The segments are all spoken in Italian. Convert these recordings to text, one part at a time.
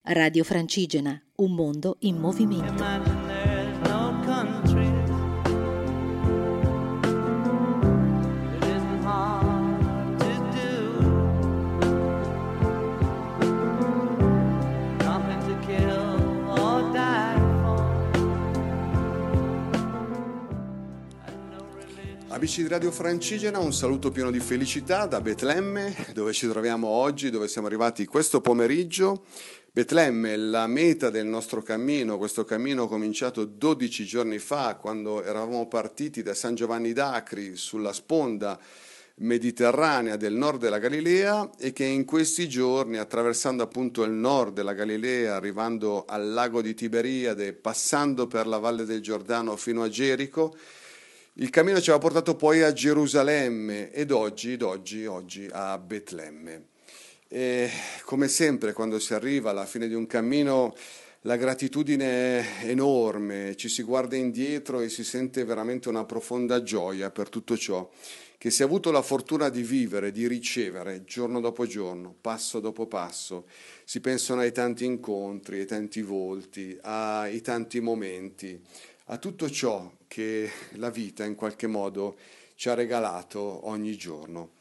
Radio Francigena, un mondo in movimento. Amici di Radio Francigena, un saluto pieno di felicità da Betlemme, dove ci troviamo oggi, dove siamo arrivati questo pomeriggio. Betlemme è la meta del nostro cammino, questo cammino cominciato 12 giorni fa, quando eravamo partiti da San Giovanni d'Acri sulla sponda mediterranea del nord della Galilea e che in questi giorni, attraversando appunto il nord della Galilea, arrivando al lago di Tiberiade, passando per la valle del Giordano fino a Gerico, il cammino ci aveva portato poi a Gerusalemme ed oggi a Betlemme. E come sempre, quando si arriva alla fine di un cammino, la gratitudine è enorme, ci si guarda indietro e si sente veramente una profonda gioia per tutto ciò che si è avuto la fortuna di vivere, di ricevere giorno dopo giorno, passo dopo passo. Si pensano ai tanti incontri, ai tanti volti, ai tanti momenti, a tutto ciò che la vita in qualche modo ci ha regalato ogni giorno.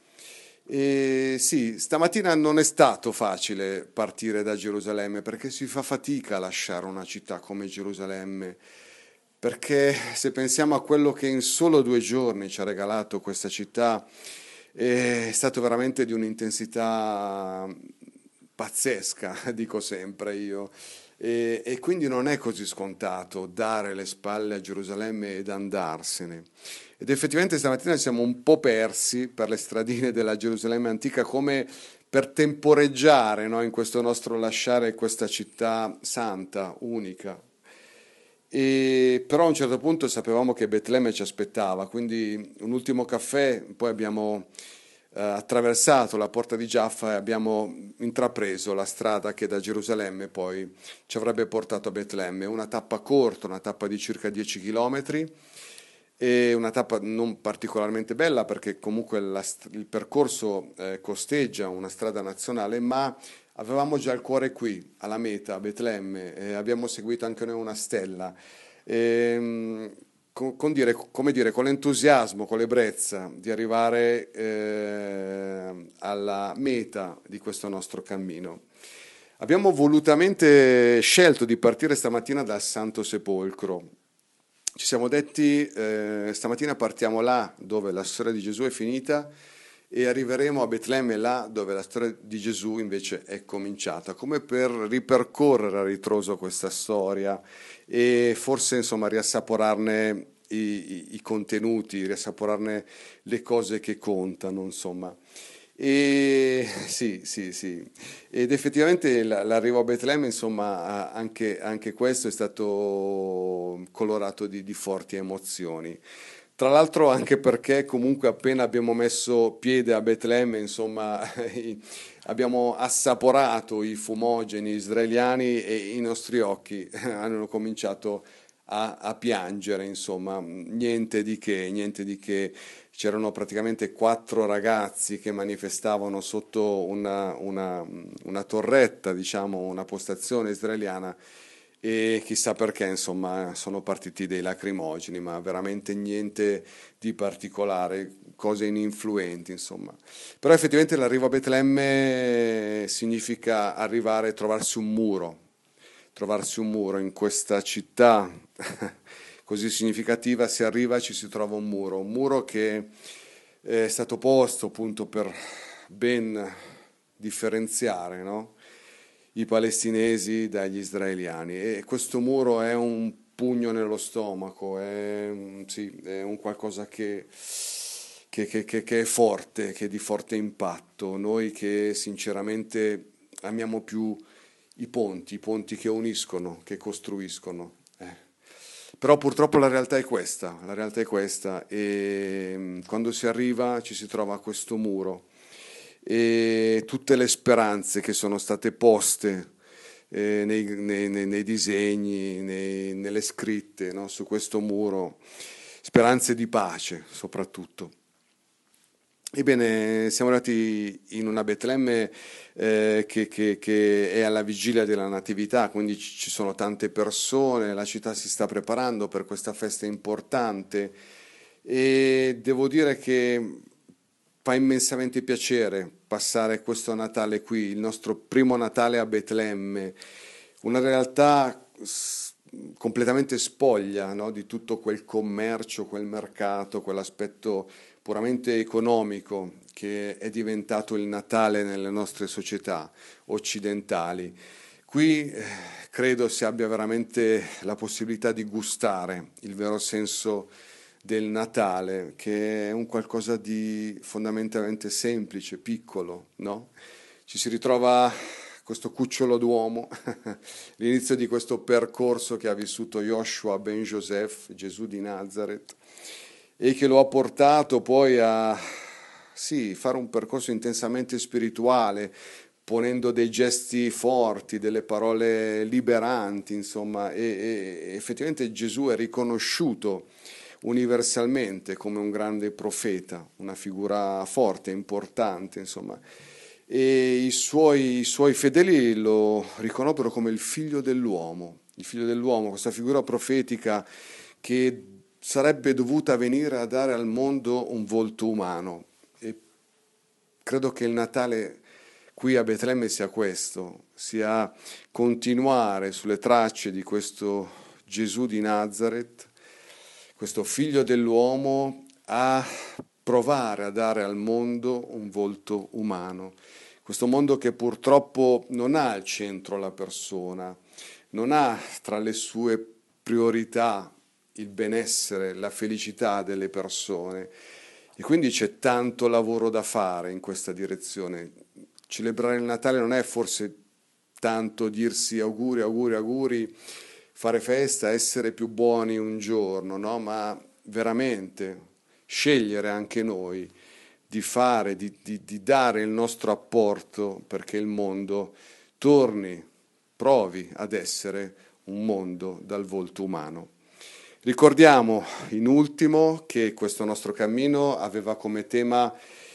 E sì, stamattina non è stato facile partire da Gerusalemme perché si fa fatica a lasciare una città come Gerusalemme, perché se pensiamo a quello che in solo 2 giorni ci ha regalato questa città, è stato veramente di un'intensità pazzesca, dico sempre io. E quindi non è così scontato dare le spalle a Gerusalemme ed andarsene. Ed effettivamente stamattina siamo un po' persi per le stradine della Gerusalemme antica, come per temporeggiare, no, in questo nostro lasciare questa città santa, unica. Però a un certo punto sapevamo che Betlemme ci aspettava, quindi un ultimo caffè, poi abbiamo attraversato la porta di Giaffa e abbiamo intrapreso la strada che da Gerusalemme poi ci avrebbe portato a Betlemme. Una tappa corta, una tappa di circa 10 chilometri e una tappa non particolarmente bella perché comunque il percorso costeggia una strada nazionale, ma avevamo già il cuore qui, alla meta, a Betlemme, e abbiamo seguito anche noi una stella. Come dire, con l'entusiasmo, con l'ebbrezza di arrivare alla meta di questo nostro cammino. Abbiamo volutamente scelto di partire stamattina dal Santo Sepolcro. Ci siamo detti stamattina partiamo là dove la storia di Gesù è finita e arriveremo a Betlemme là dove la storia di Gesù invece è cominciata, come per ripercorrere a ritroso questa storia e forse insomma riassaporarne i contenuti, riassaporarne le cose che contano, insomma. E sì, ed effettivamente l'arrivo a Betlemme, insomma, anche questo è stato colorato di forti emozioni. Tra l'altro anche perché comunque appena abbiamo messo piede a Betlemme, insomma, abbiamo assaporato i fumogeni israeliani e i nostri occhi hanno cominciato a piangere, insomma, niente di che. C'erano praticamente 4 ragazzi che manifestavano sotto una torretta, diciamo, una postazione israeliana e chissà perché, insomma, sono partiti dei lacrimogeni, ma veramente niente di particolare, cose ininfluenti, insomma. Però effettivamente l'arrivo a Betlemme significa arrivare, trovarsi un muro in questa città così significativa. Si arriva e ci si trova un muro che è stato posto appunto per ben differenziare, no, i palestinesi dagli israeliani, e questo muro è un pugno nello stomaco, è un qualcosa che è forte, che è di forte impatto. Noi che sinceramente amiamo più i ponti che uniscono, che costruiscono. Però purtroppo la realtà è questa e quando si arriva ci si trova questo muro e tutte le speranze che sono state poste nei disegni, nelle scritte, no, su questo muro, speranze di pace soprattutto. Ebbene, siamo arrivati in una Betlemme che è alla vigilia della Natività, quindi ci sono tante persone, la città si sta preparando per questa festa importante e devo dire che fa immensamente piacere passare questo Natale qui, il nostro primo Natale a Betlemme, una realtà completamente spoglia, no, di tutto quel commercio, quel mercato, quell'aspetto puramente economico che è diventato il Natale nelle nostre società occidentali. Qui credo si abbia veramente la possibilità di gustare il vero senso del Natale, che è un qualcosa di fondamentalmente semplice, piccolo, no? Ci si ritrova questo cucciolo d'uomo, l'inizio di questo percorso che ha vissuto Joshua ben Joseph, Gesù di Nazareth, e che lo ha portato poi a sì, fare un percorso intensamente spirituale, ponendo dei gesti forti, delle parole liberanti, insomma, e effettivamente Gesù è riconosciuto universalmente come un grande profeta, una figura forte, importante, insomma. E i suoi fedeli lo riconobbero come il figlio dell'uomo, questa figura profetica che sarebbe dovuta venire a dare al mondo un volto umano. E credo che il Natale qui a Betlemme sia questo, sia continuare sulle tracce di questo Gesù di Nazareth, questo figlio dell'uomo, a provare a dare al mondo un volto umano. Questo mondo che purtroppo non ha al centro la persona, non ha tra le sue priorità il benessere, la felicità delle persone. E quindi c'è tanto lavoro da fare in questa direzione. Celebrare il Natale non è forse tanto dirsi auguri, auguri, auguri, fare festa, essere più buoni un giorno, no? Ma veramente scegliere anche noi di fare, di dare il nostro apporto perché il mondo torni, provi ad essere un mondo dal volto umano. Ricordiamo in ultimo che questo nostro cammino aveva come tema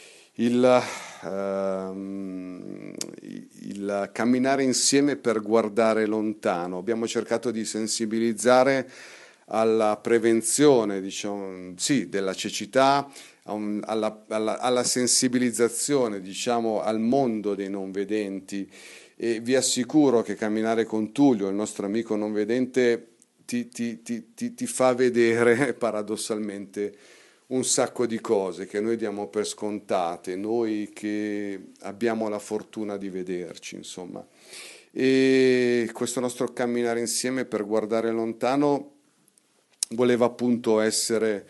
il camminare insieme per guardare lontano. Abbiamo cercato di sensibilizzare alla prevenzione, diciamo, sì, della cecità, alla sensibilizzazione, diciamo, al mondo dei non vedenti. E vi assicuro che camminare con Tullio, il nostro amico non vedente, ti fa vedere paradossalmente un sacco di cose che noi diamo per scontate, noi che abbiamo la fortuna di vederci, insomma. E questo nostro camminare insieme per guardare lontano voleva appunto essere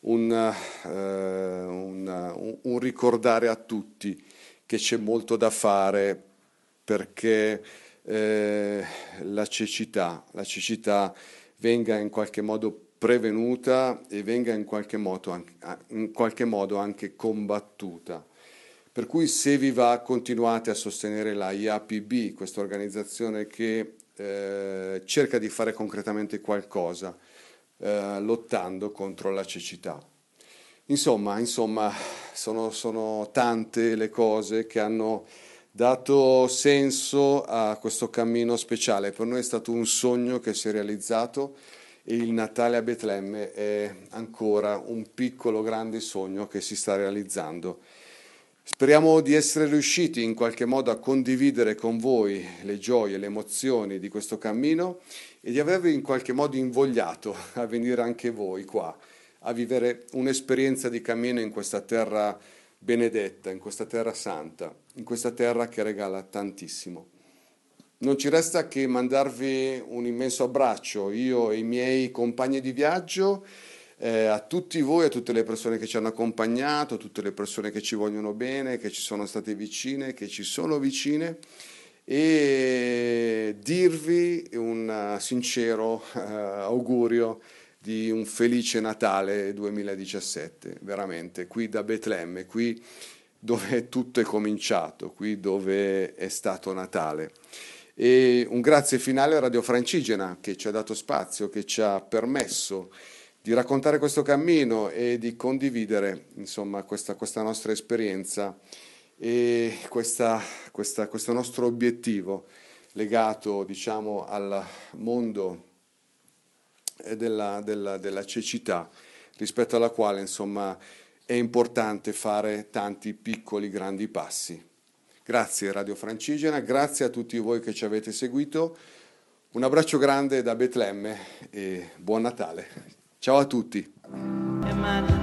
un ricordare a tutti che c'è molto da fare perché la cecità venga in qualche modo prevenuta e venga in qualche modo anche combattuta. Per cui se vi va continuate a sostenere la IAPB, questa organizzazione che cerca di fare concretamente qualcosa lottando contro la cecità. Insomma, sono tante le cose che hanno dato senso a questo cammino speciale. Per noi è stato un sogno che si è realizzato e il Natale a Betlemme è ancora un piccolo grande sogno che si sta realizzando. Speriamo di essere riusciti in qualche modo a condividere con voi le gioie, le emozioni di questo cammino e di avervi in qualche modo invogliato a venire anche voi qua, a vivere un'esperienza di cammino in questa terra benedetta, in questa terra santa, in questa terra che regala tantissimo. Non ci resta che mandarvi un immenso abbraccio, io e i miei compagni di viaggio, a tutti voi, a tutte le persone che ci hanno accompagnato, a tutte le persone che ci vogliono bene, che ci sono state vicine, che ci sono vicine, e dirvi un sincero augurio di un felice Natale 2017, veramente, qui da Betlemme, qui dove tutto è cominciato, qui dove è stato Natale. E un grazie finale a Radio Francigena che ci ha dato spazio, che ci ha permesso di raccontare questo cammino e di condividere, insomma, questa nostra esperienza e questo nostro obiettivo legato, diciamo, al mondo della cecità, rispetto alla quale, insomma, è importante fare tanti piccoli, grandi passi. Grazie Radio Francigena, grazie a tutti voi che ci avete seguito. Un abbraccio grande da Betlemme e buon Natale. Ciao a tutti.